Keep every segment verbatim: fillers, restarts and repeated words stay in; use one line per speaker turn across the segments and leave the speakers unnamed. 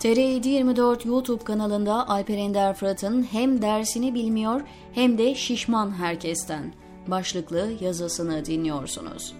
T R yedi yirmi dört YouTube kanalında Alper Ender Fırat'ın hem dersini bilmiyor hem de şişman herkesten başlıklı yazısını dinliyorsunuz.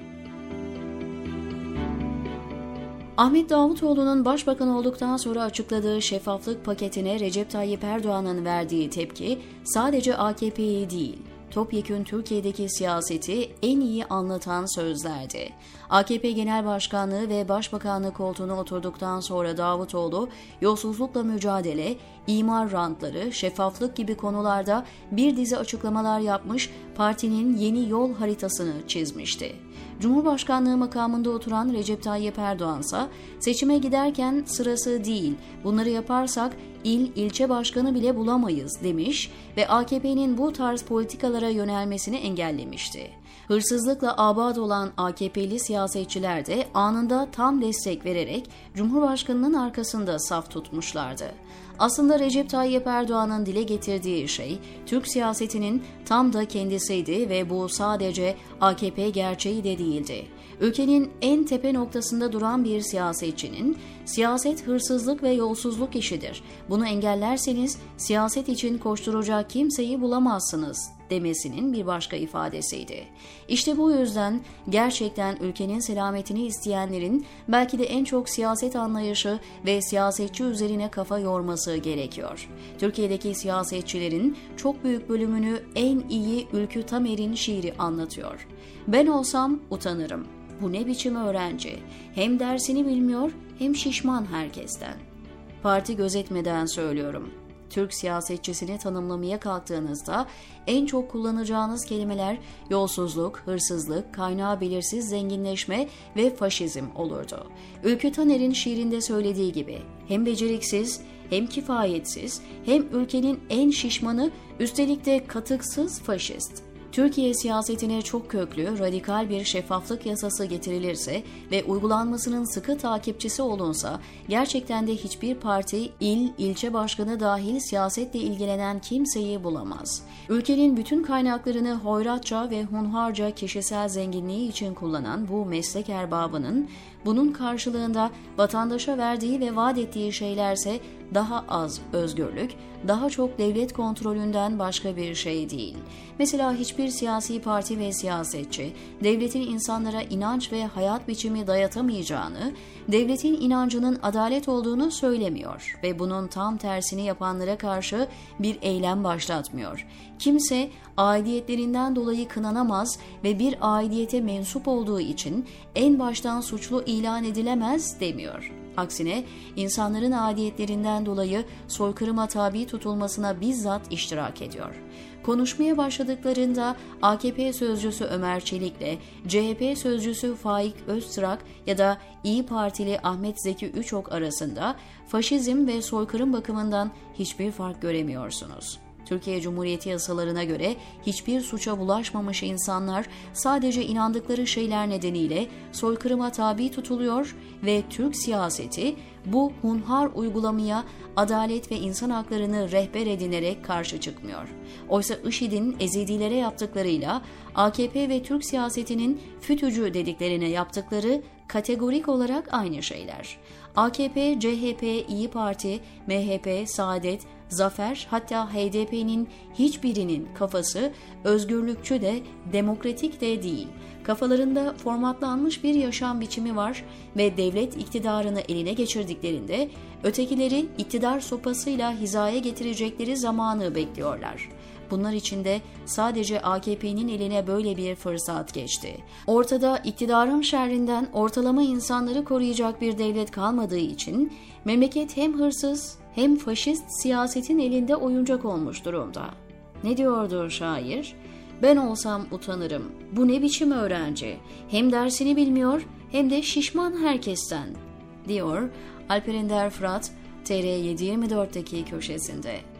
Ahmet Davutoğlu'nun başbakan olduktan sonra açıkladığı şeffaflık paketine Recep Tayyip Erdoğan'ın verdiği tepki sadece A K P'yi değil, topyekün Türkiye'deki siyaseti en iyi anlatan sözlerdi. A K P Genel Başkanlığı ve Başbakanlık koltuğuna oturduktan sonra Davutoğlu, yolsuzlukla mücadele, imar rantları, şeffaflık gibi konularda bir dizi açıklamalar yapmış, partinin yeni yol haritasını çizmişti. Cumhurbaşkanlığı makamında oturan Recep Tayyip Erdoğan ise seçime giderken sırası değil, bunları yaparsak il, ilçe başkanı bile bulamayız demiş ve A K P'nin bu tarz politikalara yönelmesini engellemişti. Hırsızlıkla abad olan A K P'li siyasetçiler de anında tam destek vererek Cumhurbaşkanı'nın arkasında saf tutmuşlardı. Aslında Recep Tayyip Erdoğan'ın dile getirdiği şey Türk siyasetinin tam da kendisiydi ve bu sadece A K P gerçeği de değildi. Ülkenin en tepe noktasında duran bir siyasetçinin siyaset hırsızlık ve yolsuzluk işidir. Bunu engellerseniz siyaset için koşturacak kimseyi bulamazsınız demesinin bir başka ifadesiydi. İşte bu yüzden gerçekten ülkenin selametini isteyenlerin belki de en çok siyaset anlayışı ve siyasetçi üzerine kafa yorması gerekiyor. Türkiye'deki siyasetçilerin çok büyük bölümünü en iyi Ülkü Tamer'in şiiri anlatıyor. Ben olsam utanırım. Bu ne biçim öğrenci? Hem dersini bilmiyor hem şişman herkesten. Parti gözetmeden söylüyorum. Türk siyasetçisini tanımlamaya kalktığınızda en çok kullanacağınız kelimeler yolsuzluk, hırsızlık, kaynağı belirsiz zenginleşme ve faşizm olurdu. Ülkü Taner'in şiirinde söylediği gibi hem beceriksiz, hem kifayetsiz, hem ülkenin en şişmanı, üstelik de katıksız faşist. Türkiye siyasetine çok köklü, radikal bir şeffaflık yasası getirilirse ve uygulanmasının sıkı takipçisi olunsa, gerçekten de hiçbir parti, il, ilçe başkanı dahil siyasetle ilgilenen kimseyi bulamaz. Ülkenin bütün kaynaklarını hoyratça ve hunharca kişisel zenginliği için kullanan bu meslek erbabının, bunun karşılığında vatandaşa verdiği ve vaat ettiği şeylerse daha az özgürlük, daha çok devlet kontrolünden başka bir şey değil. Mesela hiçbir siyasi parti ve siyasetçi, devletin insanlara inanç ve hayat biçimi dayatamayacağını, devletin inancının adalet olduğunu söylemiyor ve bunun tam tersini yapanlara karşı bir eylem başlatmıyor. Kimse aidiyetlerinden dolayı kınanamaz ve bir aidiyete mensup olduğu için en baştan suçlu ilan edilemez demiyor. Aksine insanların aidiyetlerinden dolayı soykırıma tabi tutulmasına bizzat iştirak ediyor. Konuşmaya başladıklarında A K P sözcüsü Ömer Çelik'le C H P sözcüsü Faik Öztrak ya da İyi Partili Ahmet Zeki Üçok arasında faşizm ve soykırım bakımından hiçbir fark göremiyorsunuz. Türkiye Cumhuriyeti yasalarına göre hiçbir suça bulaşmamış insanlar sadece inandıkları şeyler nedeniyle soykırıma tabi tutuluyor ve Türk siyaseti bu hunhar uygulamaya adalet ve insan haklarını rehber edinerek karşı çıkmıyor. Oysa IŞİD'in Ezidilere yaptıklarıyla A K P ve Türk siyasetinin FETÖ'cü dediklerine yaptıkları kategorik olarak aynı şeyler. A K P, C H P, İyi Parti, M H P, Saadet, Zafer, hatta H D P'nin hiçbirinin kafası özgürlükçü de demokratik de değil. Kafalarında formatlanmış bir yaşam biçimi var ve devlet iktidarını eline geçirdiklerinde ötekileri iktidar sopasıyla hizaya getirecekleri zamanı bekliyorlar. Bunlar için de sadece A K P'nin eline böyle bir fırsat geçti. Ortada iktidarın şerrinden ortalama insanları koruyacak bir devlet kalmadığı için memleket hem hırsız hem faşist siyasetin elinde oyuncak olmuş durumda. Ne diyordu şair? Ben olsam utanırım. Bu ne biçim öğrenci? Hem dersini bilmiyor hem de şişman herkesten, diyor Alper Ender Fırat T R yedi yirmi dörtteki köşesinde.